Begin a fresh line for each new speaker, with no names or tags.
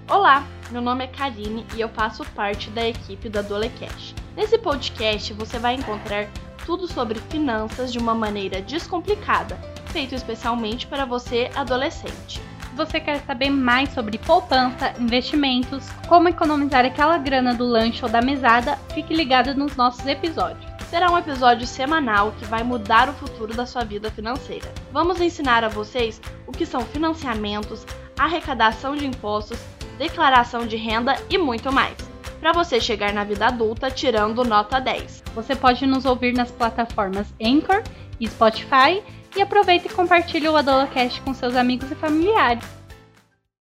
Olá, meu nome é Karine e eu faço parte da equipe do Adolecast. Nesse podcast você vai encontrar tudo sobre finanças de uma maneira descomplicada, feito especialmente para você adolescente.
Se você quer saber mais sobre poupança, investimentos, como economizar aquela grana do lanche ou da mesada, fique ligado nos nossos episódios.
Será um episódio semanal que vai mudar o futuro da sua vida financeira. Vamos ensinar a vocês o que são financiamentos, arrecadação de impostos, declaração de renda e muito mais, para você chegar na vida adulta tirando nota 10.
Você pode nos ouvir nas plataformas Anchor e Spotify e aproveita e compartilha o Adolocast com seus amigos e familiares.